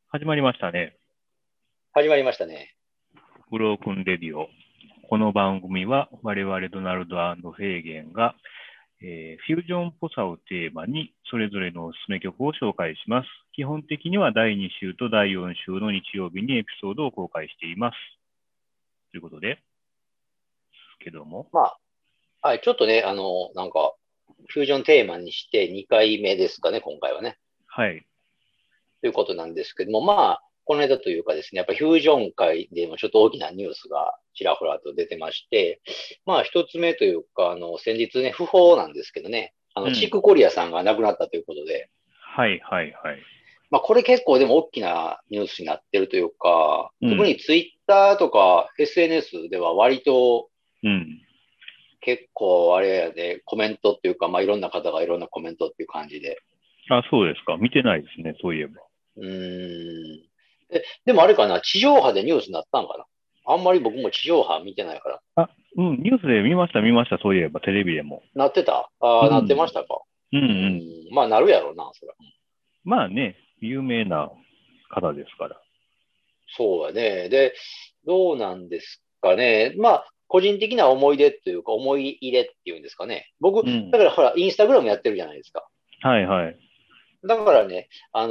始まりましたね。 始まりましたね。 ブロークンレディオ。この番組は我々ドナルドフェーゲンが、フュージョンっぽさをテーマにそれぞれのおすすめ曲を紹介します。基本的には第2週と第4週の日曜日にエピソードを公開しています。ということで、けども。 まあ、はい、ちょっとね、フュージョンテーマにして2回目ですかね、今回はね。 はい。 ということなんですけども、この間というかですね、やっぱりフュージョン界でもちょっと大きなニュースがちらほらと出てまして、一つ目というか、先日ね、訃報なんですけどね、チーうん。 クコリアさんが亡くなったということで、 はいはいはい。 これ結構でも大きなニュースになってるというか、 うん。 特にツイッターとか SNS では割とうん。 結構あれやで、コメントっていうか、いろんな方がいろんなコメントっていう感じで。 あ、そうですか。見てないですね。そういえば。 うーん。でもあれかな、地上波でニュースになったんかな。あんまり僕も地上波見てないから。 あ、うん。ニュースで見ました見ました。そういえば、テレビでも。 なってたああー、なってまうん。 したか。 うんううん。 ーん。なるやろうな、それ。 まあね、有名な方ですから。 そうやね。で、どうなんですかね。個人的な思い出というか、思い入れっていうんですかね。僕、 うん。 だからほら、インスタグラムやってるじゃないですか。 はいはい。 だからね、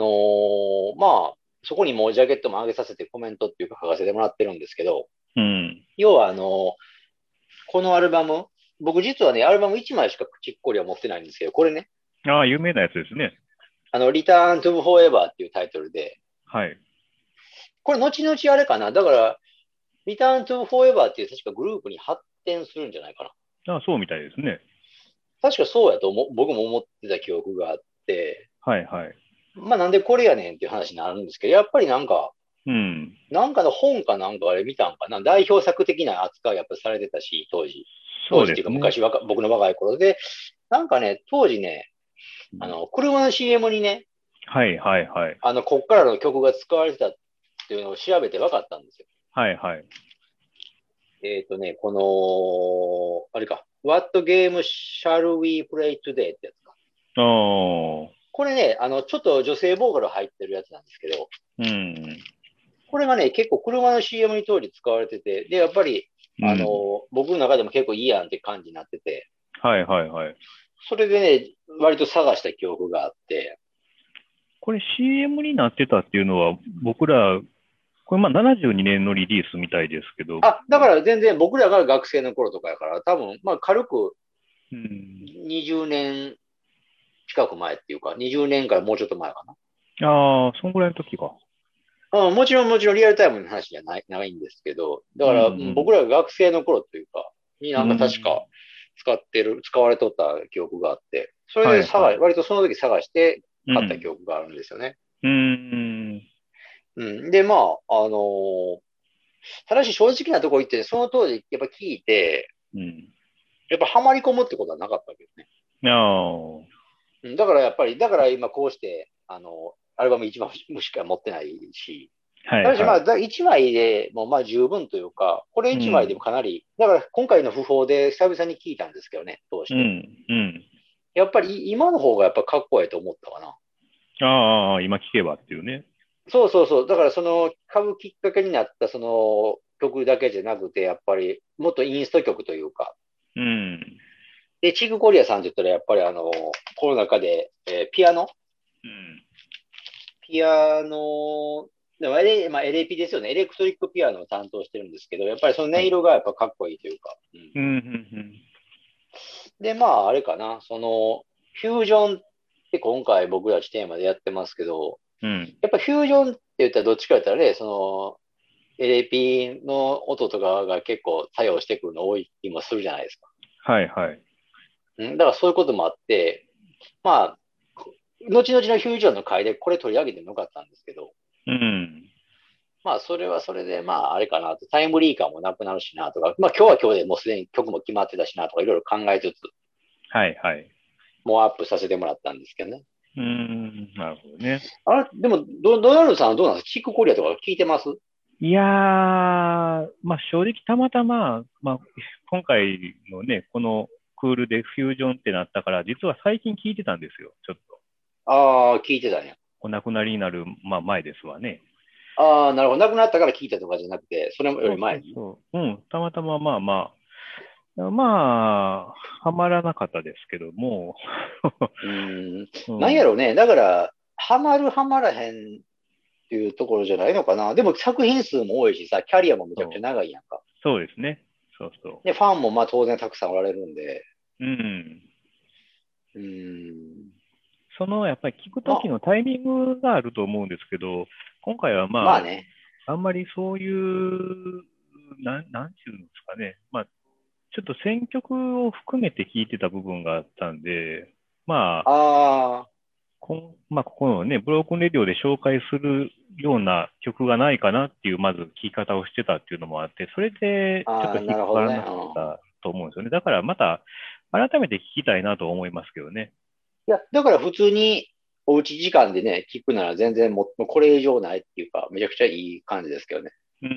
そこにもうジャケットも上げさせてコメントっていうか書かせてもらってるんですけど、 うん。 要はこのアルバム、僕実はね、アルバム1枚しか口っこりは持ってないんですけど、これね、 ああ、有名なやつですね。 リターントゥフォーエバーっていうタイトルで、 はい。 これ後々あれかな、だから、リターントゥフォーエバーっていう確かグループに発展するんじゃないかな。 ああ、そうみたいですね。 確かそうやと僕も思ってた記憶があって、 はいはい。 なんでこれやねんっていう話になるんですけど、やっぱりうん。 なんかの本かなんかあれ見たんかな。代表作的な扱いやっぱされてたし、当時。 そう当時っていうかですね。 僕の若い頃で、なんかね、当時ね、 うん、 車の CM にね、 はいはいはい。 こっからの曲が使われてたっていうのを調べて分かったんですよ。 はいはい。 あれか、What game shall we play today ってやつか。 ああ、 これね、ちょっと女性ボーカル入ってるやつなんですけど、 うん。 これがね、結構車の CM に当時使われてて、で、やっぱり、 うん。 僕の中でも結構いいやんって感じになってて、 はいはいはい。 それでね、割と探した記憶があって、 これ CM になってたっていうのは、僕ら、これまあ72年のリリースみたいですけど、 だから全然僕らが学生の頃とかやから、多分、軽くうん。 20年近く前っていうか、20年からもうちょっと前かああ、そんぐらいの時か。 な。もちろんリアルタイムの話じゃないんですけど、だうから僕んらが学生の頃というか、にうん。 なんか確かうん。 使われとった記憶があって、それではいはい。 割とその時探して買った記うん。 憶があるんですよね。 うん。 うん。で、ただし正直なところ言って、その当時やっぱ聞いて、 うん。 やっぱハマり込むってことはなかったわけですね。 ああ、 うん。だからやっぱり、だから今こうして、アルバム1枚しか持ってないし、ただしはいはい。 1枚でも十分というか、これ1枚でうん。 もかなり、だから今回の訃報で久々に聞いたんですけどね、通して。 うん。うん。 やっぱり今の方がやっぱかっこいいと思ったかな。 ああ、今聞けばっていうね。 そうそうそう。だからその買うきっかけになったその曲だけじゃなくて、やっぱりもっとインスト曲というか、 うん。 で、チークコリアさんって言ったら、やっぱりコロナ禍で、 うん。 ピアノ、でもエレピですよね。エレクトリックピアノを担当してるんですけど、やっぱりその音はい。 色がやっぱかっこいいというか。うん。 うん。うん。 で、あれかな、フュージョンって今回僕たちテーマでやってますけど、 うん。 やっぱフュージョンって言ったらどっちか言ったらね、エレピの音とかが結構作用してくるの多い気もするじゃないですか。 はいはい。 うん。だからそういうこともあって、まあ、後々のフュージョンの回でこれ取り上げてもよかったんですけど、 うん。 それはそれで、あれかなと、タイムリー感もなくなるしなとか、今日は今日でもうすでに曲も決まってたしなとか、いろいろ考えつつ、 はいはい。 もうアップさせてもらったんですけどね。 うん。なるほどね。 でも、ドナルドさんはどうなんですか？チックコリアとか聞いてます？ いやー、まあ正直たまたま、まあ今回のね、このクールでフュージョンってなったから、実は最近聞いてたんですよ、ちょっと。 ああー、聞いてたね。 お亡くなりになる、まあ、前ですわね。 ああ、なるほど。亡くなったから聞いたとかじゃなくて、それよそうそり前に。 うそう。うん、たまたままあまあ、まあ、はまらなかったですけども、 うーん。 うん、 なんやろうね。だから、ハマるハマらへんっていうところじゃないのかな。でも作品数も多いしさ、キャリアもめちゃくちゃそう、 長いやんか。 そうですね。そうそで、ファンもまあ当然たくさんおられるんで、 う。うん。 うーん。 やっぱり聞くとまあ、 きのタイミングがあると思うんですけど、今回はままあね。 あ、あんまりそういう、なんていうんですかね。まあ、ちょっと選曲を含めて聞いてた部分があったんで、まあ、 ああ、 まあ、ここのね、ブロークンレディオで紹介するような曲がないかなっていう、まず聞き方をしてたっていうのもあって、それでちょっとああ、 引っなるほどね。 かからなかっうん。 たと思うんですよね。だからまた、改めて聞きたいなと思いますけどね。 いや、だから普通におうち時間でね、聞くなら全然もうこれ以上ないっていうか、めちゃくちゃいい感じですけどね。 うん。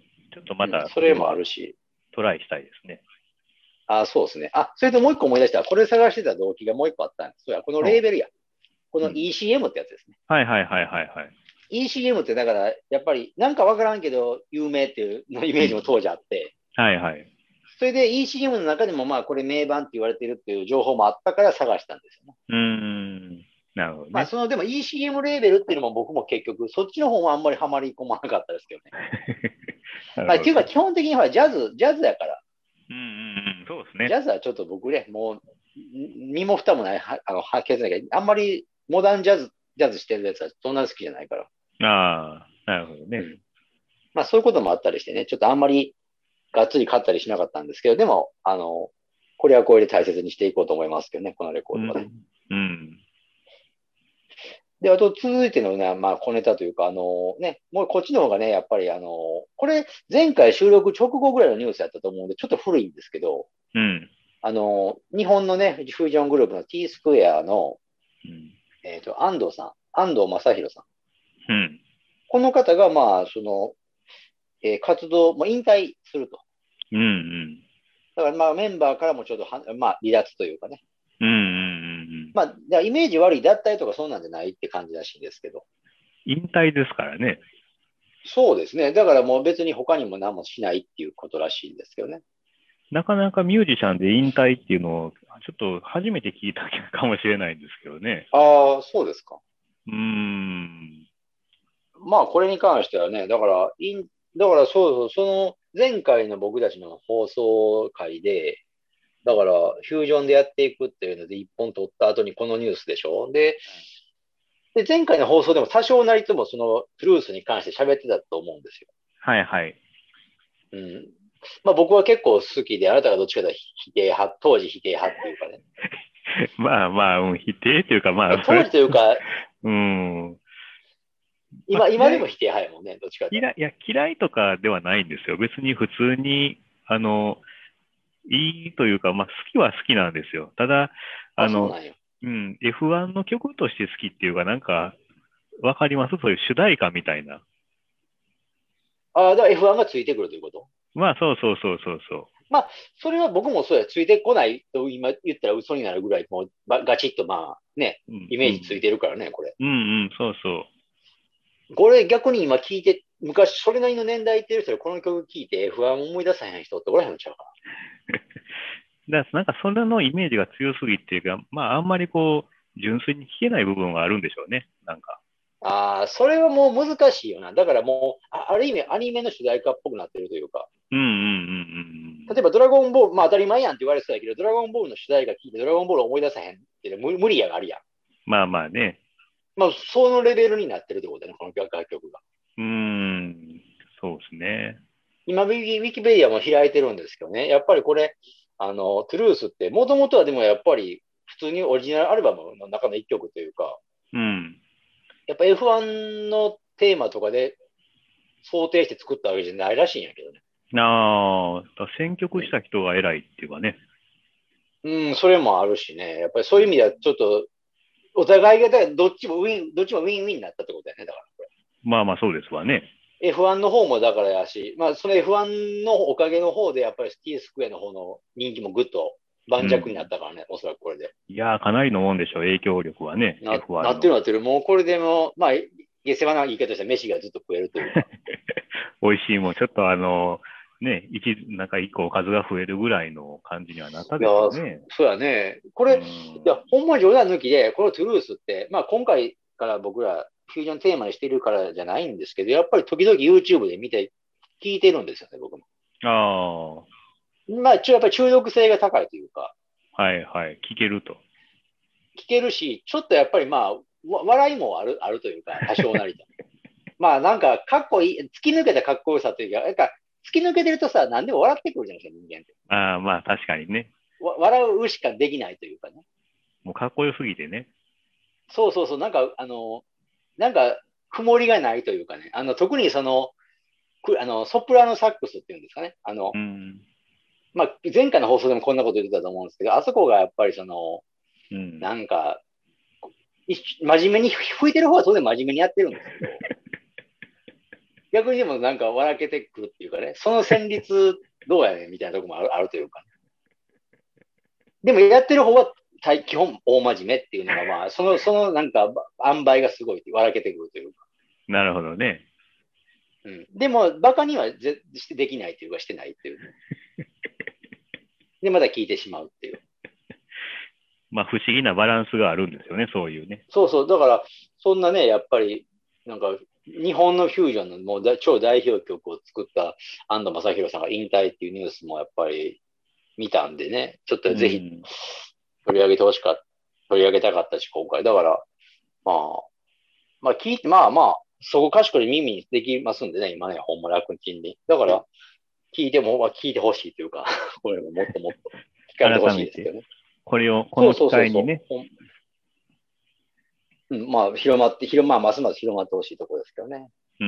ちょっとうん、 またそれもあそれはるし。 トライしたいですね。 ああ、そうですね。あ、それともう一個思い出した。これ探してた動機がもう一個あったんです。そうや、このレーそベルや。このう。うん。 ECM ってやつですね。 はいはいはいはいはい。 ECM ってだから、やっぱりなんかわからんけど、有名っていうのイメージもうん。 当時あって、 はいはい。 それで ECM の中でもまあこれ名盤って言われてるっていう情報もあったから探したんですよね。 うーん。なるほどまあね。 そのでも ECM レーベルっていうのも僕も結局そっちの方もあんまりハマり込まなかったですけどね。 なるまあっていうかほどね。 基本的にはジャズやから、 うんうんうん。そうですね。 ジャズはちょっと僕ね、もう身も蓋もない、はけないけど、あんまりモダンジャズしてるやつはそんなに好きじゃないから。 ああ、なるほどね。 うん。まあそういうこともあったりしてね、ちょっとあんまりがっつり買ったりしなかったんですけど、でも、これはこれで大切にしていこうと思いますけどね、このレコードはね。 うん。うん。 で、あと続いてのね、まあ小ネタというか、ね、もうこっちの方がね、やっぱりこれ前回収録直後ぐらいのニュースやったと思うんで、ちょっと古いんですけど、 うん。 日本のね、フュージョングループの T スクエアの、 うん。 安藤さん、安藤正宏さん。 うん。 この方が、まあ、活動、もう引退すると。 うん。 だから、まあ、メンバーからもちょっとまあ、離脱というかね。 うん。うん。 まあ、じゃあイメージ悪い脱退とかそうなんじゃないって感じらしいんですけど。 引退ですからね。 そうですね。だからもう別に他にも何もしないっていうことらしいんですけどね。 なかなかミュージシャンで引退っていうのを、ちょっと初めて聞いたかもしれないんですけどね。 ああ、そうですか。 うーん。 まあ、これに関してはね、だからそうそう、その前回の僕たちの放送回で、だから、フュージョンでやっていくっていうので、一本取った後にこのニュースでしょ。で、前回の放送でも多少なりともそのトゥルースに関して喋ってたと思うんですよ。 はいはい。 うん。まあ僕は結構好きで、あなたがどっちかというと否定派、当時否定派っていうかね。 まあまあ、うん、否定っていうか、まあ、そ当れ、 時というか、 うん。まあ、 今でも否定派やもんね、どっちかというと。 嫌いとかではないんですよ。別に普通に、いいというか、まあ、好きは好きなんですよ。ただ、ああ、そうの、 なんよ。 うん、F1 の曲として好きっていうか、なんか、わかりますそういう主題歌みたいな。 あ、だから F1 がついてくるということ。 まあ、そうそうそうそうそまあ、それは僕もそうや、ついてこないと今言ったら嘘になるぐらい、もうガチッとまあね、 う。うん、 イメージついうん。 てるからね、これ。 うん、うん、そうそう。 これ逆に今聞いて、昔それなりの年代いってる人でこの曲聞いて F1 思い出さへん人っておらへんのちゃうかなんか、それのイメージが強すぎっていうか、まあ、あんまりこう、純粋に聴けない部分があるんでしょうね。なんか。 な。ああ、それはもう難しいよな。だからもう、ある意味アニメの主題歌っぽくなってるというか、 うん、うん、うん、うん。 例えばドラゴンボール、まあ当たり前やんって言われてたけど、ドラゴンボールの主題歌聞いてドラゴンボールを思い出さへんって無理やがあるやん。 まあまあね。 まあ、そのレベルになってるってことだね、この楽曲が。 うーん、そうですね。 今、ウィキペディアも開いてるんですけどね、やっぱりこれ、トゥルースって、もともとはでもやっぱり、普通にオリジナルアルバムの中の一曲というか、 うん。 やっぱ F1 のテーマとかで想定して作ったわけじゃないらしいんやけどね。 選曲した人が偉いっていうかね。 うん、それもあるしね、やっぱりそういう意味ではちょっと、お互いが、だからどっちもウィンウィンになったってことだよね、だからこれ。 まあまあそうですわね。 F1 の方もだからやし、まあその F1 のおかげの方でやっぱり T スクエアの方の人気もぐっと盤石になったからね、おそらくこれで。 いやー、かなりのもんでしょう、影響力はね、 な F1 ってるの。 なってる。もうこれでも、まあ、下世話な言い方したら飯がずっと食えるというか。 美味しいもん、ちょっとね、なんか一個おかずが増えるぐらいの感じにはなったでいやー、 しょうね。 そうやね。こうれ、いん。 や、ほんま冗談抜きで、このトゥルースって、まあ今回から僕らフュージョンテーマにしてるからじゃないんですけど、やっぱり時々 YouTube で見て、聞いてるんですよね、僕も。 ああ、はまあ、やっぱり中毒性が高いというか、 いはい、聞けると。 聞けるし、ちょっとやっぱりまあ、笑いもあるというか、多少なりと。まあなんか、かっこいい、突き抜けたかっこよさというか、なんか、突き抜けてるとさ、何でも笑ってくるじゃないですか、人間って。 ああ、まあ確かにね。 笑うしかできないというかね。 もうかっこよすぎてね。 そうそうそう、なんか、曇りがないというかね。特にソプラノサックスっていうんですかね。 うん。 まあ、前回の放送でもこんなこと言ってたと思うんですけど、あそこがやっぱりうん。 なんか、真面目に、吹いてる方は当然真面目にやってるんですけど、逆にでもなんか笑けてくるっていうかね、その旋律どうやねんみたいなところもあるというか、でもやってる方は基本大真面目っていうのが、まあ、そのなんか、塩梅がすごい笑けてくるというか。 なるほどね。 うん。でも、バカにはしてできないというか、してないっていう。で、まだ聞いてしまうっていう。 まあ不思議なバランスがあるんですよね、そういうね。 そうそう。だから、そんなね、やっぱり、なんか、日本のフュージョンのもう超代表曲を作った安藤正宏さんが引退っていうニュースもやっぱり見たんでね、ちょっとぜひうん。 取り上げてほしかった、取り上げたかったし、今回。だから、まあ、まあ聞いて、まあまあ、そこかしこで耳にできますんでね、今ね、ほんま楽ちんに。だから、聞いても、まあ、聞いてほしいというか、これももっともっと聞かれてほ改めて、 しいですけどね。 この機そうそうそう会にね、 そう。うん、まあ、まあ、ますます広まってほしいところですけどね。 うん。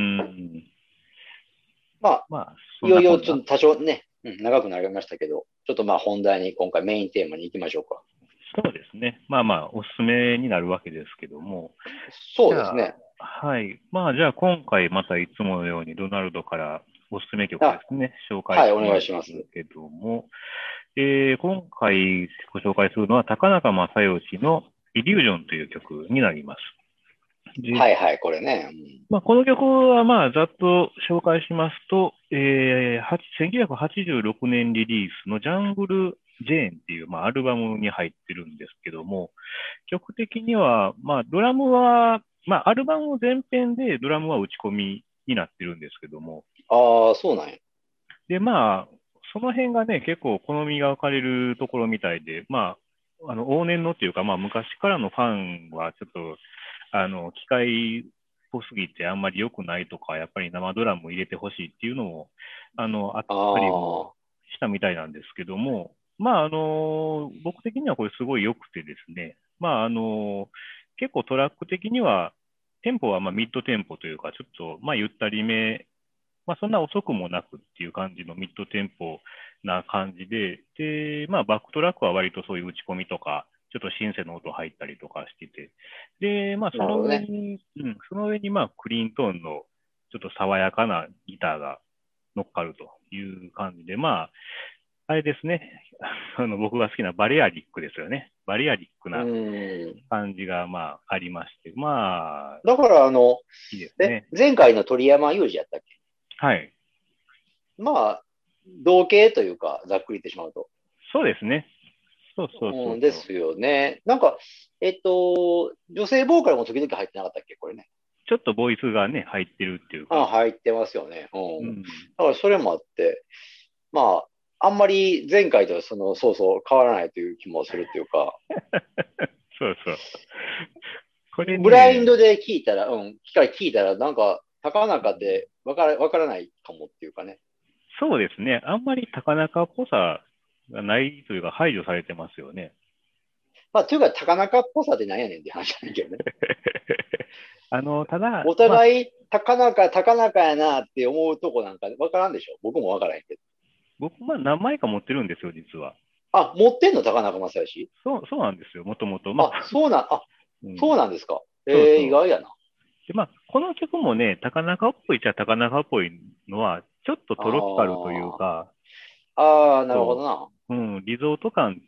まあ、 まあ、そいよいよんなこんな。 ちょっと多少ね、長くなりましたけど、ちょっとまあ本題に今回メインテーマに行きましょうか。 そうですね。まあまあ、おすすめになるわけですけども。じゃあ、 そうですね。 はい。まあ、じゃあ今回またいつものようにドナルドからおすすめ曲であ、 すね、紹介はい、 しお願いします。 ますけども、今回ご紹介するのは高中正義のイリュージョンという曲になります。で、 はいはい、これね。 まあ、この曲はまあざっと紹介しますと、1986年リリースのジャングル・ジェーンっていう、まあ、アルバムに入ってるんですけども、曲的には、まあ、ドラムは、まあ、アルバム全編でドラムは打ち込みになってるんですけども、 ああ、そうなんや。 で、まあ、その辺がね、結構好みが分かれるところみたいで、まあ、往年のっていうか、まあ、昔からのファンは、ちょっと、機械っぽすぎてあんまり良くないとか、やっぱり生ドラム入れてほしいっていうのも、あったりもあしたみたいなんですけども、まあ、僕的にはこれすごい良くてですね、まあ、結構トラック的には、テンポはまあミッドテンポというか、ちょっとまあゆったりめ、まあそんな遅くもなくっていう感じのミッドテンポな感じで、で、まあバックトラックは割とそういう打ち込みとか、ちょっとシンセの音入ったりとかしてて、で、まああ、 そのなるほどね。 上に、その上にまあクリーントーンのちょっと爽やかなギターが乗っかるという感じで、まあ、あれですね、僕が好きなバレアリックですよね。バレアリックうなん。 感じがまあありまして、まあ、 だからいいですね。 前回の鳥山雄二やったっけ？ はい。 まあ、同型というか、ざっくり言ってしまうと。 そうですね。そうそうそうん、 うそう。 ですよね。なんか、女性ボーカルも時々入ってなかったっけこれね。 ちょっとボイスがね、入ってるっていうあ、 か。 入ってますよね。うん。 うん。 だからそれもあって、まあ、あんまり前回とそうそう変わらないという気もするっていうか、 そうそう。これブラインドね、 で聞いたら、機械聞いたら、なんか、高中ってわからないかもっていうかね。 そうですね。あんまり高中っぽさがないというか排除されてますよね。 まあ、というか、高中っぽさってなんやねんって話なんだけどね。 ただ、 おまあ、 互い、高中やなって思うとこなんかわからんでしょ？僕もわからへんけど。 僕、まあ何枚か持ってるんですよ、実は。 あ、持ってんの高中正義？ そうなんですよ、もともと。まあ、 あ、そううん。 なんですか。意そうそう。 外やな。 で、まあ、この曲もね、高中っぽいっちゃ高中っぽいのは、ちょっとトロピカルというあか、 あ、ああ、なるほどそな。 う、リゾート感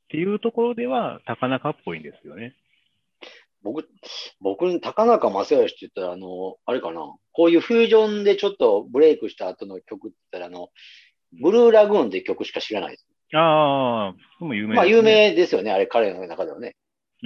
ていうところでは、高中っぽいんですよね。 僕、高中正義って言ったら、あれかな。こういうフュージョンでちょっとブレイクした後の曲って言ったら、ブルーラグーンって曲しか知らないです。 ああ、でも有名まあ、有ですね。 名ですよね、あれ、彼の中ではね。 うん。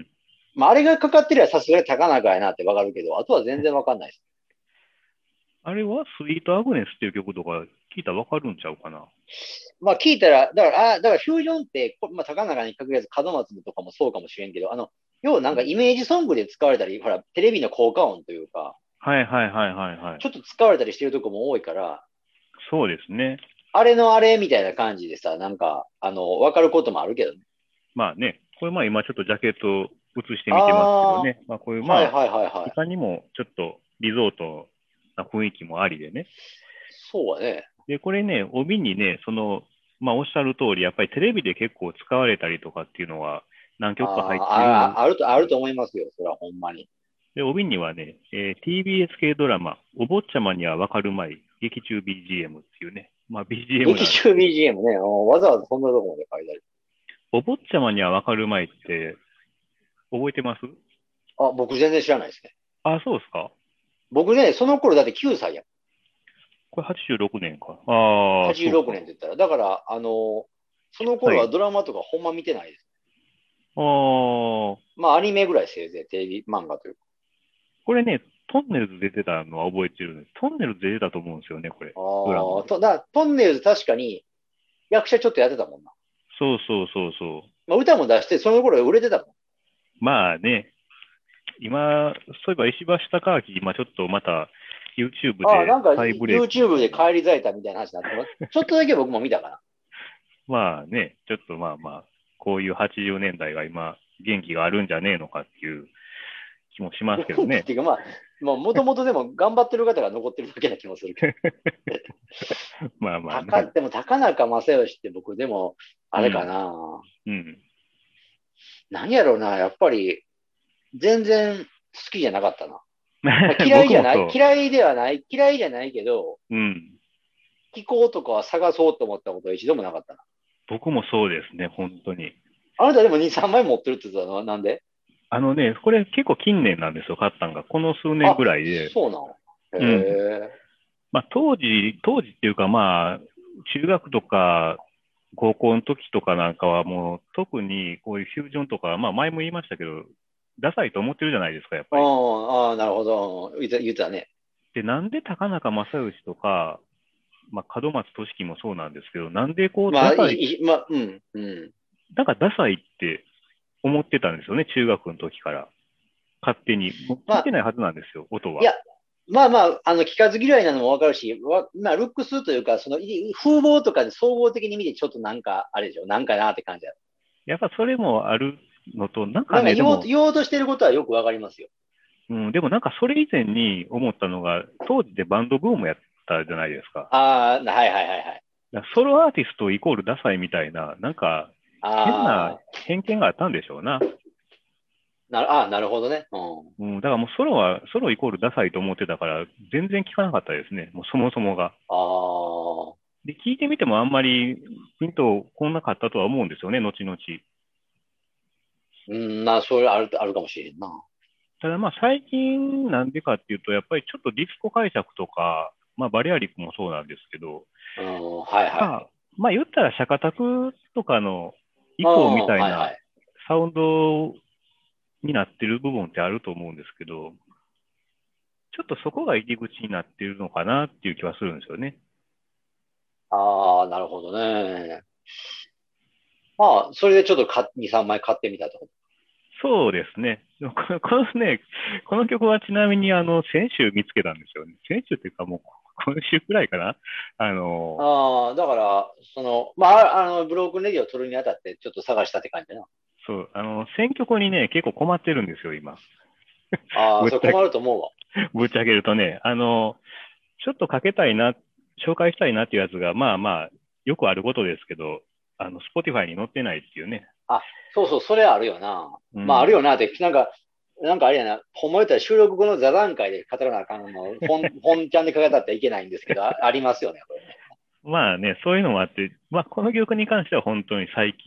まあ、あれがかかってりゃさすがに高中やなってわかるけど、あとは全然わかんないです。 あれはスイートアグネスっていう曲とか聞いたらわかるんちゃうかな。 まあ、聞いたら、だからフュージョンって、まあ、高中に限らず、門松とかもそうかもしれんけど、要はなんかイメージソングで使われたり、ほら、テレビの効果音というか、 はいはいはいはいはい。 ちょっと使われたりしてるとこも多いから、 そうですね。 あれのあれみたいな感じでさ、なんか、わかることもあるけどね。 まあね、これまあ今ちょっとジャケットを映してみてますけどああ、 ね。まあこういうまあ、 はいはいはいはい。 いかにもちょっとリゾートな雰囲気もありでね。 そうだね。 で、これね、帯にね、まあおっしゃる通り、やっぱりテレビで結構使われたりとかっていうのは何曲か入ってるんあるとですよ。 思いますよ。それはほんまに。 で、帯にはね、TBS 系ドラマ、お坊ちゃまにはわかるまい、劇中 BGM っていうね、まあ BGM 劇中なんですけど、 BGM ね。わざわざそんなとこまで書いてある。 お坊ちゃまにはわかるまいって覚えてます？ あ、僕全然知らないですね。 あ、そうですか。 僕ね、その頃だって9歳やん。 これ86年か。ああ、 86 そうか。 年って言ったら。だから、その頃ははい。 ドラマとかほんま見てないです。 ああ、 まあ、アニメぐらいせいぜいテレビ漫画というか。 これね、トンネルズ出てたのは覚えてるんです。トンネルズ出てたと思うんですよね、これ。ドラマ。 トンネルズ確かに役者ちょっとやってたもんな。 そうそうそうそう。 まあ、歌も出して、その頃売れてたもん。 まあね、今、そういえば石橋貴明、今ちょっとまた YouTube ああ、 でなんか再ブレイクみ YouTube でたいな。 帰り咲いたみたいな話になってます。ちょっとだけ僕も見たかな。 まあね、ちょっとまあまあ、こういう80年代が今、元気があるんじゃねえのかっていう気もしますけどね。 元気っていうか、まあ、もともとでも頑張ってる方が残ってるだけな気もするけど。 まあまあね。 でも高中正義って僕でも、あれかうん。 な。 うん。 何やろうな。やっぱり、全然好きじゃなかったな。まあ、嫌いじゃない、 僕もそ嫌いではない、嫌いじゃないけど、 う。うん。 聞こうとかは探そうと思ったことは一度もなかったな。 僕もそうですね、本当に。 あなたでも2、3枚持ってるって言ってたのはなんで？ あのね、これ結構近年なんですよ、買ったんが。この数年あ、 ぐらいで。 そうなの。 うん。 へえ。 まあ当時っていうかまあ、中学とか高校の時とかなんかはもう特にこういうフュージョンとか、まあ前も言いましたけど、ダサいと思ってるじゃないですか、やっぱり。 なるほど。言ってたね。 で、なんで高中正義とか、まあ門松俊樹もそうなんですけど、なんでこうまあ、 ダサい、 うん。 なんかダサいって思ってたんですよね、中学の時から。勝手に。もうまあ、 聞いてないはずなんですよ、音は。 いや、聞かず嫌いなのもわかるし、まあ、ルックスというか、風貌とかで総合的に見て、ちょっとなんか、あれでしょ、なんかなって感じだ。 やっぱそれもあるのと、なんかね、 なんかでも、 言おうとしてることはよくわかりますよ。 うん、でもなんかそれ以前に思ったのが、当時でバンドブームやったじゃないですか。 はいはいはいはい。 ソロアーティストイコールダサいみたいな、なんか変なあ偏見があったんでしょうな。 なるほどね。 うん、だからもうソロイコールダサいと思ってたから、全然聞かなかったですね。もうそもそもが。 ああ、 で、聞いてみてもあんまりピンとこんなかったとは思うんですよね、後々。 うん、まあ、それあるかもしれんな。 ただまあ最近なんでかっていうと、やっぱりちょっとディスコ解釈とか、まあバリアリックもそうなんですけど、 うん、はいはい。 まあ、まあ言ったらシャカタクとかの以うん、 降みたいなはいはい。 サウンドになってる部分ってあると思うんですけど、ちょっとそこが入り口になってるのかなっていう気はするんですよね。 ああ、なるほどね。まあ、それでちょっと2、3枚買ってみたと。 そうですね。このね、この曲はちなみに先週見つけたんですよね。先週っていうかもう今週くらいかな。あの、 ああ、だから、ブロークンレディを取るにあたって、ちょっと探したって感じだな。 そう、選曲にね、結構困ってるんですよ、今。 ああ、それ困ぶっちゃけ、 ると思うわ。 ぶっちゃけるとね、ちょっとかけたいな、紹介したいなっていうやつが、まあまあ、よくあることですけど、Spotify に載ってないっていうね。 あ、そうそう、それあるよな。まあ、あるうん。 よなって、なんかあれやな、ほんま言ったら収録後の座談会で語らなあかんの、本ちゃんで語ったっていけないんですけど、ありますよね、これね。 まあね、そういうのもあって、まあこの曲に関しては本当に最近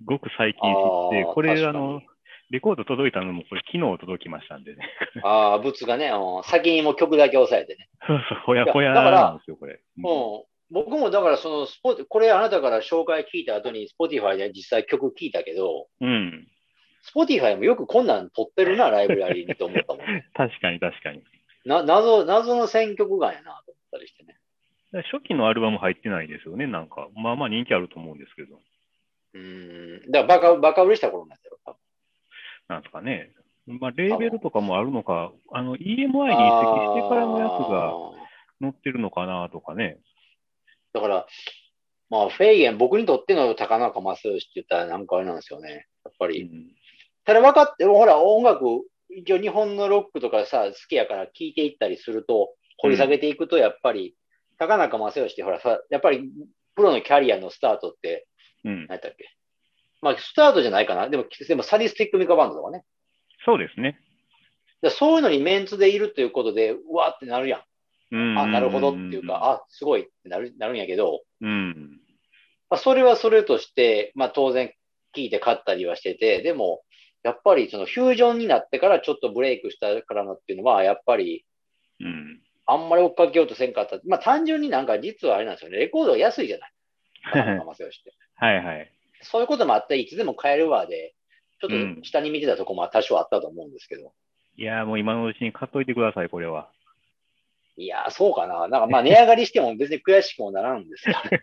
ごく最近知って、 ああ、 これ、 確かに。 レコード届いたのもこれ昨日届きましたんでね。 ああ、物がね、先にもう曲だけ押さえてね。 そうそう、ほやいや、 ほやだから、 なんですよ、これ。うん。 うん、僕もだからそのこれあなたから紹介聞いた後に Spotify で実際曲聞いたけど、 うん。 Spotify もよくこんなん撮ってるな、ライブラリーにと思ったもんね。 確かに確かに。 謎の選曲眼やなと思ったりしてね。 初期のアルバム入ってないですよね、なんか。まあまあ人気あると思うんですけど。 だからバカ売れした頃なんだよ、 なんですかね。まあ、レー多分。 ベルとかもあるのか、EMI に移籍してからのやつがあ載ってるのかなとかね。 だから、まあ、フェイゲン、僕にとっての高中正義って言ったらなんかあれなんですよね。やっぱり。 うん。 ただ分かって、ほら、音楽、一応日本のロックとかさ、好きやから聴いていったりすると、掘り下げうん。 ていくと、やっぱり、高中正義ってほらさ、やっぱり、プロのキャリアのスタートって、 うん。 何やったっけ。まあ、スタートじゃないかな。でもサディスティックミカバンドとかね。 そうですね。 そういうのにメンツでいるということで、うわーってなるやん。 うんあ、なるほどっうんていうか、あ、すごいってなるんやけど、 うんうん。うん。 まあ、それはそれとして、まあ当然聞いて勝ったりはしてて、でも、やっぱりそのフュージョンになってからちょっとブレイクしたからのっていうのは、やっぱりうん。 あんまり追っかけようとせんかった。まあ単純になんか実はあれなんですよね。レコードが安いじゃない。高中正義って。 はいはい。 そういうこともあって、いつでも買えるわで、ちょっとうん。 下に見てたとこも多少あったと思うんですけど。 いやーもう今のうちに買っといてください、これは。 いやー、そうかな。なんかまあ値上がりしても別に悔しくもならんんですよね。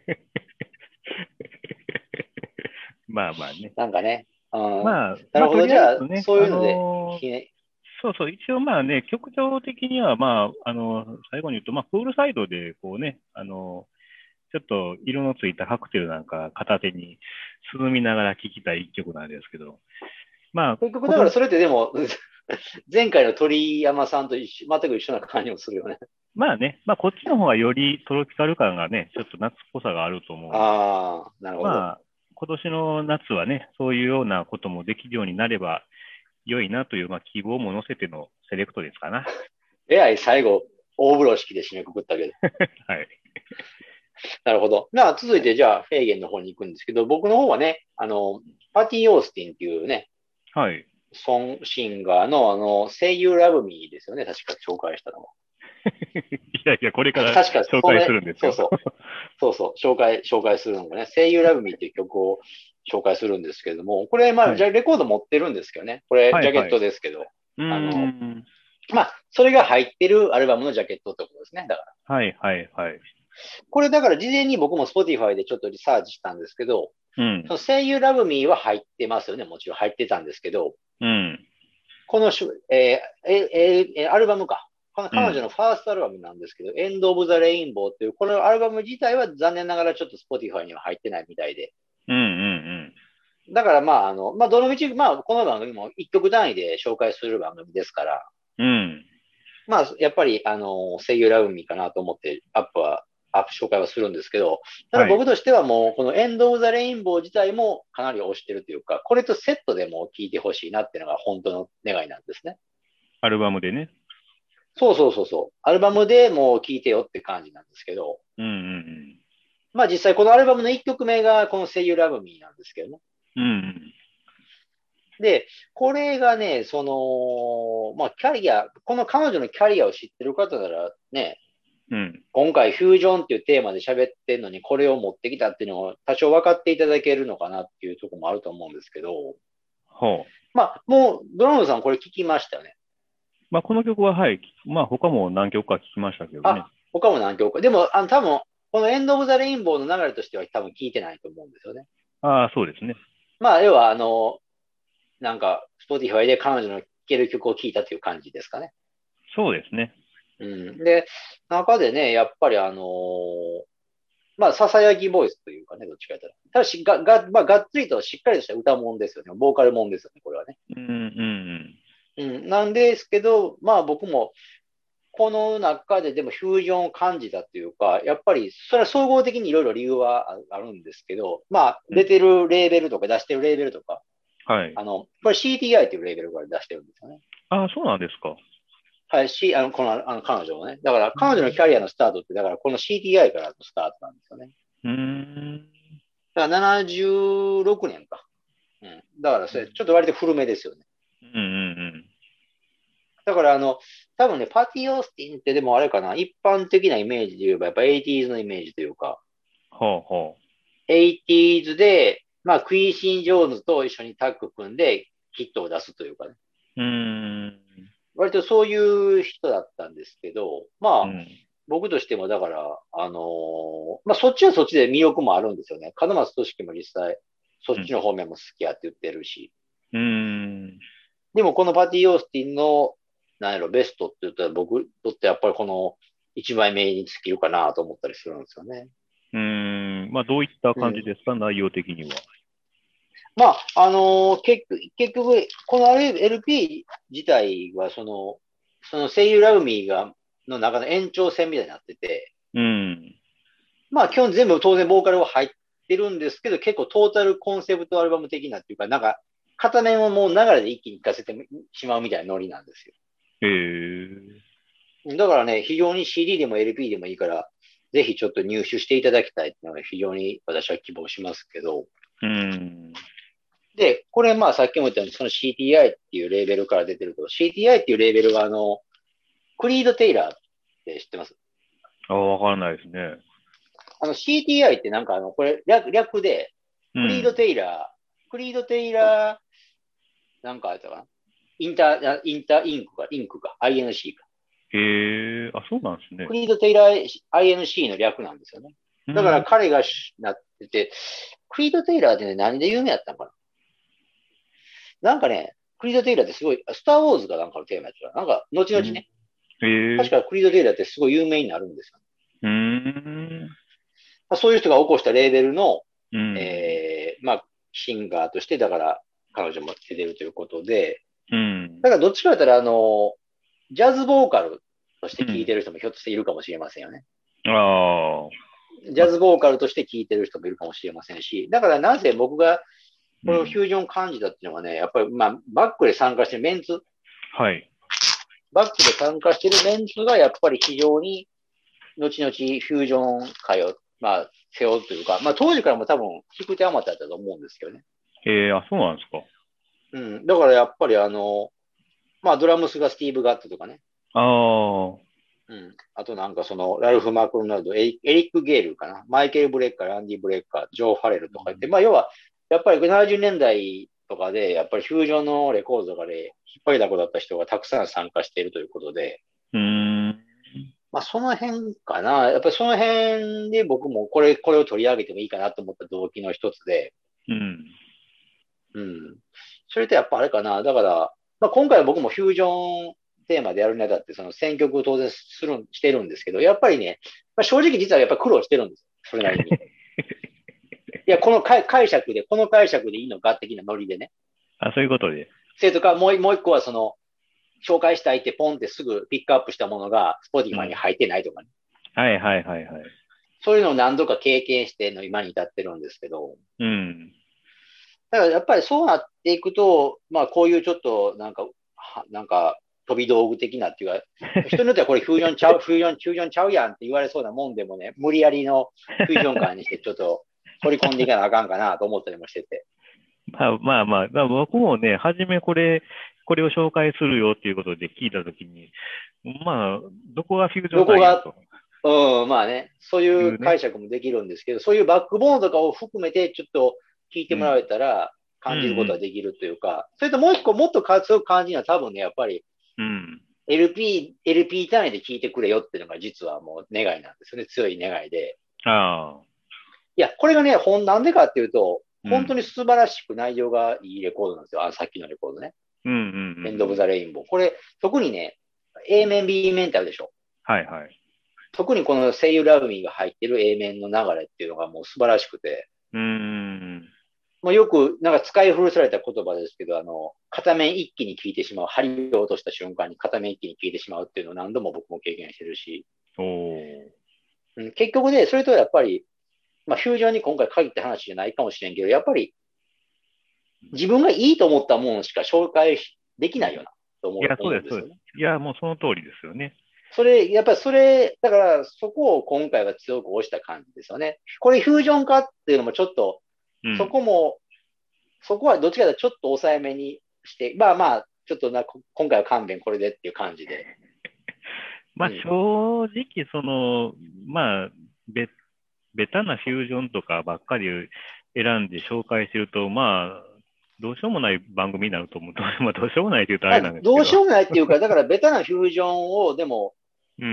まあまあね。 なんかね。うん。 まあ、まあ、 なるほど。 とりじゃあ、 あえずね、 そういうので、 そうそう、一応まあね、曲調的にはまあ、最後に言うと、まあ、プールサイドでこうね、ちょっと色のついたカクテルなんか片手に涼みながら聴きたい一曲なんですけど、まあ、 結局だからそれってでも、前回の鳥山さんと全く一緒な感じもするよね。 まあね、まあこっちの方がよりトロピカル感がね、ちょっと夏っぽさがあると思うんで、 ああ、なるほど。 まあ、今年の夏はね、そういうようなこともできるようになれば良いなという、まあ、希望も乗せてのセレクトですかな。 えらい最後、大風呂敷で締めくくったけど。 はい。 なるほど。続いてじゃあ、フェーゲンの方に行くんですけど、僕の方はね、パティ・オースティンっていうね、 はい。 ソンシンガーの声優ラブミーですよね。確か紹介したのは。 いやいや、これから確か、 紹介するんですよ。 そうそう。そうそう、紹介するのがね、声優ラブミーっていう曲を紹介するんですけれども、これ、まあ、 はい。 じゃあレコード持ってるんですけどね。これ、 はい、 ジャケッはい。 トですけど、 うーあの、 ん。 まあ、それが入ってるアルバムのジャケットってことですね。だから。 はい、はい、はい。 これだから事前に僕も Spotify でちょっとリサーチしたんですけど、 うん。 その声優ラブミーは入ってますよね。もちろん入ってたんですけど、 うん。 このアルバムか。彼女うん。 のファーストアルバムなんですけど、エンド・オブ・ザ・レインボーっていう、このアルバム自体は残念ながらちょっと Spotify には入ってないみたいで。 うん、うん、 だからまあ、どの道、まあ、この番組も一曲単位で紹介する番組ですから、 うん。うん。 まあ、やっぱり、声優ラブミーかなと思ってアップ紹介はするんですけど、ただはい。 僕としてはもう、このエンド・オブ・ザ・レインボー自体もかなり推してるというか、これとセットでも聴いてほしいなっていうのが本当の願いなんですね。 アルバムでね。 そう。アルバムでもう聴いてよって感じなんですけど、 うん、うん、 まあ実際このアルバムの1曲目がこの声優ラブミーなんですけどね。 うん。うん、 で、これがね、まあキャリア、この彼女のキャリアを知ってる方ならね、 うん。 今回フュージョンっていうテーマで喋ってんのにこれを持ってきたっていうのを多少分かっていただけるのかなっていうところもあると思うんですけど、 ほう。 まあもうドロームさんこれ聞きましたよね。 まあ、この曲は、はい。まあ、他も何曲か聴きましたけどね。 あ、他も何曲か。でも、多分、このエンド・オブ・ザ・レインボーの流れとしては多分聞いてないと思うんですよね。 ああ、そうですね。 まあ、要は、なんか、Spotify で彼女の聴ける曲を聴いたという感じですかね。 そうですね。 うん。で、中でね、やっぱりまあ、囁きボイスというかね、どっちか言ったら。ただし、まあ、がっつりとしっかりとした歌もんですよね。ボーカルもんですよね、これはね。 うん、うん、 うん。なんですけど、まあ僕も、この中ででもフュージョンを感じたっていうか、やっぱり、それは総合的にいろいろ理由はあるんですけど、まあ、 うん。うん。 出てるレーベルとか出してるレーベルとか、 はい。 これ CTI っていうレーベルから出してるんですよね。 ああ、そうなんですか。 はい、彼女もね。だから彼女のうん。 キャリアのスタートって、だからこの CTI からのスタートなんですよね。 うーん。 だから76年か。 だからそれ、ちょっと割と古めですよね。 うんうんだから多分ね、パティ・オースティンってでもあれかな、一般的なイメージで言えば、やっぱ 80s のイメージというか、 ほうほ 80s で、まあ、クイーシン・ジョーンズと一緒にタッグ組んでヒットを出すというかね。 う。 割とそういう人だったんですけど、まあ、 うん。 僕としてもだから、まあ、そっちはそっちで魅力もあるんですよね。門松俊樹も実際、そっちうん。 の方面も好きやって言ってるし。 うん。 でもこのパティ・オースティンの、なんやろ、ベストって言ったら僕にとってやっぱりこの一枚目に尽きるかなと思ったりするんですよね。 うん。まあ、どういった感じうん。 ですか、内容的には。 まあ、結局、この LP 自体はその声優ラブミーの中の延長線みたいになってて、 うん。 まあ基本全部当然ボーカルは入ってるんですけど、結構トータルコンセプトアルバム的なっていうか、なんか片面をもう流れで一気に聴かせてしまうみたいなノリなんですよ。 へえ。 だからね、非常に CD でも LP でもいいから、ぜひちょっと入手していただきたいっていうのが非常に私は希望しますけど、 うん。 で、これまあさっきも言ったようにその CTI っていうレーベルから出てるけど、CTI っていうレーベルはクリード・テイラーって知ってます？ あ、わからないですね。 CTI ってなんかこれ略で、クリード・うん。 テイラクリード・テイラー、なんかあったかな、インクか、INC か。 へえ。あ、そうなんですね。 クリード・テイラー INC の略なんですよね。だからうん。 彼がなってて、クリード・テイラーってね、何で有名やったのかな、なんかね、クリード・テイラーってすごい、スター・ウォーズかなんかのテーマやったら、なんか、後うん。 々ね、 へえ。 確かクリード・テイラーってすごい有名になるんですよね。 うん。 まあ、そういう人が起こしたレーベルの、 うん。 まあ、シンガーとして、だから彼女も出てるということで、 うん。 だからどっちかというと、ジャズボーカルとして聴いうん。 てる人もひょっとしているかもしれませんよね。 ああ。 ジャズボーカルとして聴いてる人もいるかもしれませんし、だからなぜ僕がこのフうん。 ュージョンを感じたっていうのはね、やっぱりまあ、バックで参加してるメンツ、 はい。 バックで参加してるメンツがやっぱり非常に後々フュージョン界を、まあ、背負うというか、まあ当時からも多分引く手あまただったと思うんですけどね。 あ、そうなんですか。 うん。だからやっぱりまあドラムスがスティーブ・ガットとかね。 ああ。 うん。あとなんかラルフ・マクドナルド、エリック・ゲールかな。マイケル・ブレッカー、ランディ・ブレッカー、ジョー・ファレルとか言って、まあ要は、やっぱり70年代とかで、やっぱりフュージョンのレコードとかで引っ張りだこだった人がたくさん参加しているということで、 うーん。 まあその辺かな。やっぱりその辺で僕もこれを取り上げてもいいかなと思った動機の一つで、 うん。 うん。それとやっぱあれかな。だから、まあ今回は僕もフュージョンテーマでやるにあたって、その選曲を当然してるんですけど、やっぱりね、まあ、正直実はやっぱり苦労してるんですよ。それなりに。いや、この解釈でいいのか的なノリでね。 あ、そういうことで。 それとか、もう一個は紹介したいってポンってすぐピックアップしたものが、 う Spotify にん。 入ってないとかね。 はいはいはいはい。 そういうのを何度か経験しての今に至ってるんですけど、 うん。 だからやっぱりそうなっていくと、まあこういうちょっとなんか飛び道具的なっていうか、人によってはこれフュージョンちゃうやんって言われそうなもんでもね、無理やりのフュージョン感にしてちょっと取り込んでいかなあかんかなと思ったりもしてて。 まあまあまあ、まあ、僕もね、初めこれを紹介するよっていうことで聞いたときに、まあ、どこがフュージョンどこが、 なんやとまあね、そういういうね。 解釈もできるんですけど、そういうバックボーンとかを含めてちょっと聞いてもらえうん。 たらうん感じることうん。 ができるというか、それともう一個もっと強く感じるのは多分ね、やっぱりうん。 LP 単位で聞いてくれよっていうのが実はもう願いなんですよね。強い願いで。 ああ。 いや、これがね、なんでかっていうと、本当うん。 に素晴らしく内容がいいレコードなんですよ。さっきのレコードね。 うんうんうんエンド・オブ・うん。 ザ・レインボー。これ、特にね、A 面、B 面ってあるでしょ。 はいはい。 特にこの声優ラブミーが入ってる A 面の流れっていうのがもう素晴らしくて、 うーん。 もうよくなんか使い古された言葉ですけど、片面一気に効いてしまう。針を落とした瞬間に片面一気に効いてしまうっていうのを何度も僕も経験してるし、 おー。 うん、結局ね、それとやっぱり、まあ、フュージョンに今回限った話じゃないかもしれんけど、やっぱり自分がいいと思ったものしか紹介できうん。 ないよなといや、そうです、そうです。 思うんですよね。 いや、もうその通りですよね。 やっぱりだからそこを今回は強く押した感じですよね。これフュージョンかっていうのもちょっと、そうん。 こもそこはどっちかというとちょっと抑えめにして、まあまあ、ちょっと今回は勘弁これでっていう感じで。 まあ、正直、まあ、ベタなフュージョンとかばっかり選んで紹介してると、まあ、どうしようもない番組になると思うと、まあ、どうしようもないというとあれなんですけど。 どうしようもないっていうか、だからベタなフュージョンを、でも、 うん。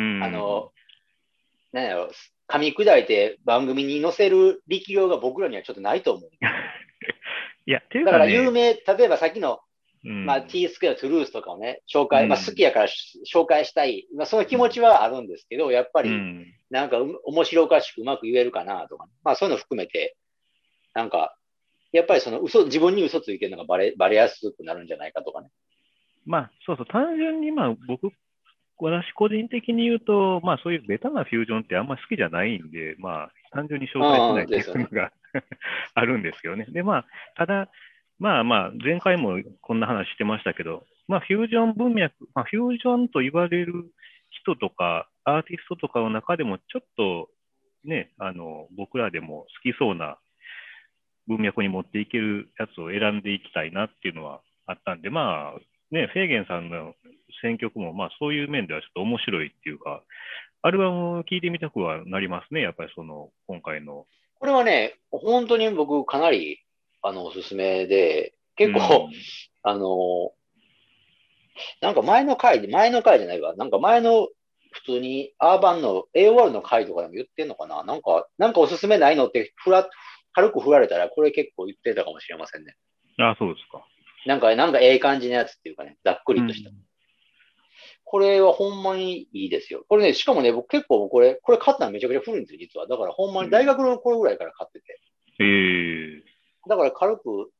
なんやろ、噛み砕いて番組に載せる力量が僕らにはちょっとないと思う。 いや、っていうだかかね、 ら例えばさっきの、 うん、 T スクエア、トゥルースとかをね、紹う介、好きん、 やから紹介したい。その気持ちはあるんですけど、やっぱり、 うん。 なんか面白おかしくうまく言えるかなとか、ね、そういうの含めて、なんか、やっぱり自分に嘘ついてるのがバレやすくなるんじゃないかとかね。 まあ、そうそう、単純に、私個人的に言うと、まあ、そういうベタなフュージョンってあんまり好きじゃないんで、まあ、単純に紹介しないっていですよね。 うのがあるんですよね。で、まあ、ただ、まあまあ、前回もこんな話してましたけど、まあ、フュージョン文脈、まあ、フュージョンと言われる人とか、アーティストとかの中でも、ちょっとね、僕らでも好きそうな文脈に持っていけるやつを選んでいきたいなっていうのはあったんで、まあ、ね、フェーゲンさんの選曲も、まあ、そういう面ではちょっと面白いっていうか、アルバム聴いてみたくはなりますね、やっぱり今回の。 これはね、本当に僕かなり、おすすめで、 う結構、 ん。 あの、なんか前の回じゃないわ。なんか前の普通にアーバンの AOR の回とかでも言ってんのかな。なんかおすすめないのって軽く振られたらこれ結構言ってたかもしれませんね。 あ、そうですか。 なんかええ感じのやつっていうかね、ざっくりとした。 うん。 これはほんまにいいですよ。これね、しかもね、僕結構これ買ったのめちゃくちゃ古いんですよ、実は。だからほんまに大うん、 学の頃ぐらいから買ってて。 ええ、 だから軽く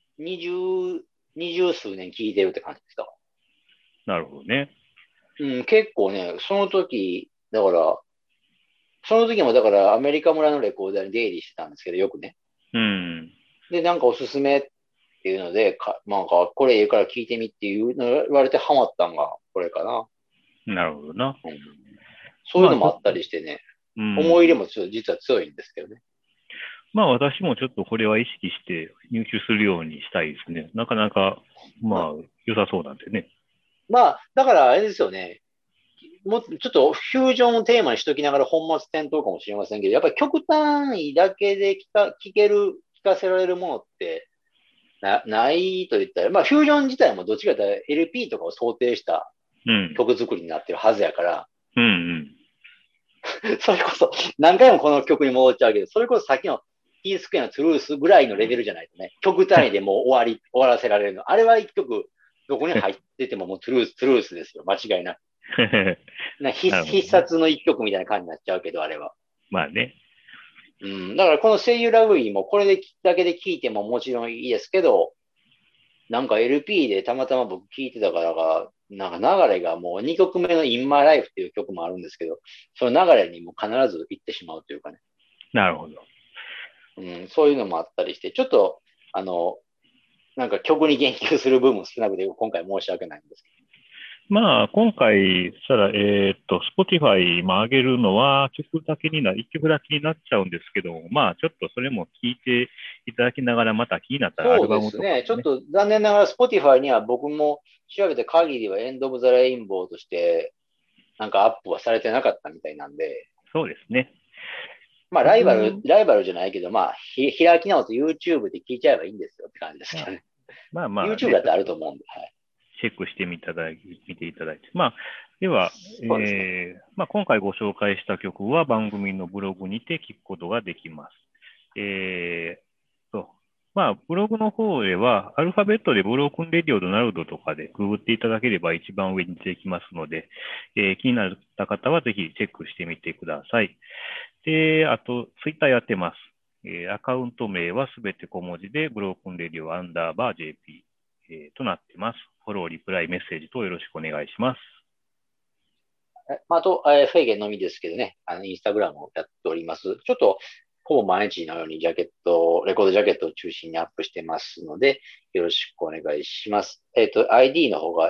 二十数年聞いてるって感じですか。 なるほどね。 うん、結構ね、その時もだからアメリカ村のレコーダーに出入りしてたんですけど、よくね。 うん。 で、なんかおすすめっていうので、なんかこれいいから聞いてみっていうの言われてハマったんがこれかな。 なるほどな。 うん、そういうまあ、 のもあったりしてね、 うん。 思い入れも実は強いんですけどね。 まあ、私もちょっとこれは意識して入手するようにしたいですね。なかなか、 ま、 まあ、良さそうなんでね。 だからあれですよね。もうちょっとフュージョンをテーマにしときながら本末転倒かもしれませんけど、やっぱり極単位だけで聞かせられるものってないと言ったら、フュージョン自体もどっちかというと LP とかを想定したうん。 曲作りになってるはずやから、 うん、うん。 それこそ何回もこの曲に戻っちゃうけど、それこそさっきの T スクエアのトゥルースぐらいのレベルじゃないとね、曲単位でもう終わらせられるの。あれは一曲どこに入っててももうトゥルースですよ。間違いなく。必なるほどね。 殺の一曲みたいな感じになっちゃうけど、あれは。 まあね。 うん。だからこの声優ラブリーもこれだけで聴いてももちろんいいですけど、なんか LP でたまたま僕聴いてたからが、なんか流れがもう2曲目の In My Life っていう曲もあるんですけど、その流れにも必ず行ってしまうというかね。 なるほど。 うん、そういうのもあったりして、ちょっと、なんか曲に言及する部分少なくて今回申し訳ないんですけまあ、今回、したら、Spotify も上げるのは一曲だけになっちゃうんですけど、まあ、ちょっとそれも聞いていただきながら、また気になったど。そうらアルバムですね。ちょっとかもね。 と残念ながら Spotify には僕も調べた限りはエンド・オブ・ザ・レインボーとしてなんかアップはされてなかったみたいなんで、 そうですね。多ライバル、 分、 ライバルじゃないけど、開き直って YouTube で聞いちゃえばいいんですよって感じですまあ、 けどね。 まあまあ YouTube ね、 だってちょっとあると思うんで、はい。 チェックして見ていただいて。まあ、では、 そうですね。 まあ、今回ご紹介した曲は番組のブログにて聞くことができます。えと、まあ、ブログの方では、アルファベットでブロークンレディオドナルドとかでググっていただければ一番上に出てきますので、気になった方はぜひチェックしてみてください。で、あと、ツイッターやってます。アカウント名はすべて小文字で、ブロークンレディオアンダーバー JP、となってます。フォロー、リプライ、メッセージとよろしくお願いします。 あと、フェーゲンのみですけどね、インスタグラムをやっております。ちょっと、ほぼ毎日のようにレコードジャケットを中心にアップしてますので、よろしくお願いします。ID の方が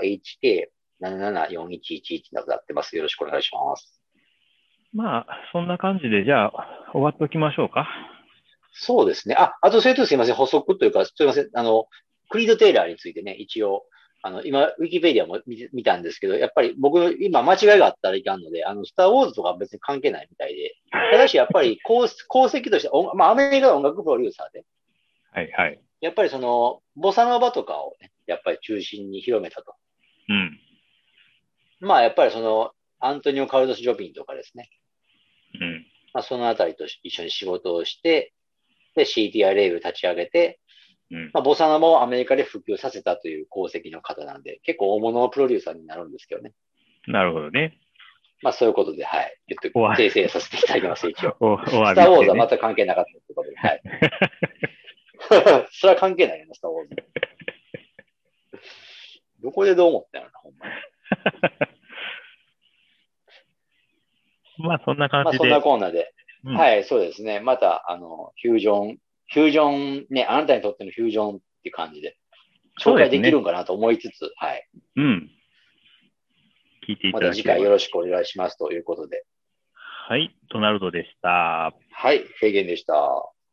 HK774111 となってます。よろしくお願いします。 まあ、そんな感じで、じゃあ、終わっておきましょうか。 そうですね。あとそれとすいません、補足というか、すいません、クリード・テイラーについてね、一応、今、ウィキペディアも見たんですけど、やっぱり僕、今、間違いがあったらいかんので、スター・ウォーズとかは別に関係ないみたいで、ただし、やっぱり功績としてまあ、アメリカの音楽プロデューサーで、 はいはい。 やっぱりボサノバとかをね、やっぱり中心に広めたと。 うん。 まあ、やっぱりアントニオ・カルロス・ジョビンとかですね、 うん。 まあ、そのあたりと一緒に仕事をして、で、CTI レーベル立ち上げて、 うん。 まあ、ボサノバをアメリカで普及させたという功績の方なんで、結構大物のプロデューサーになるんですけどね。 なるほどね。 まあそういうことで、はい。 おわ、 訂正させていただきます、一応。 お詫スターウォーズはびしてね。 全く関係なかったということで、はい。それは関係ないよね、スターウォーズ。どこでどう思ったのな、ほんまに。 まあ、そんな感まあそんなじで。 コーナーで、 うん。 はい、そうですね。また、フュージョン、ね、あなたにとってのフュージョンっていう感じで、紹介できるそうですね。 んかなと思いつつ、はい。 うん。聞いていまただければ。 た次回よろしくお願いしますということで。 はい。ドナルドでした。 はい、フェーゲンでした。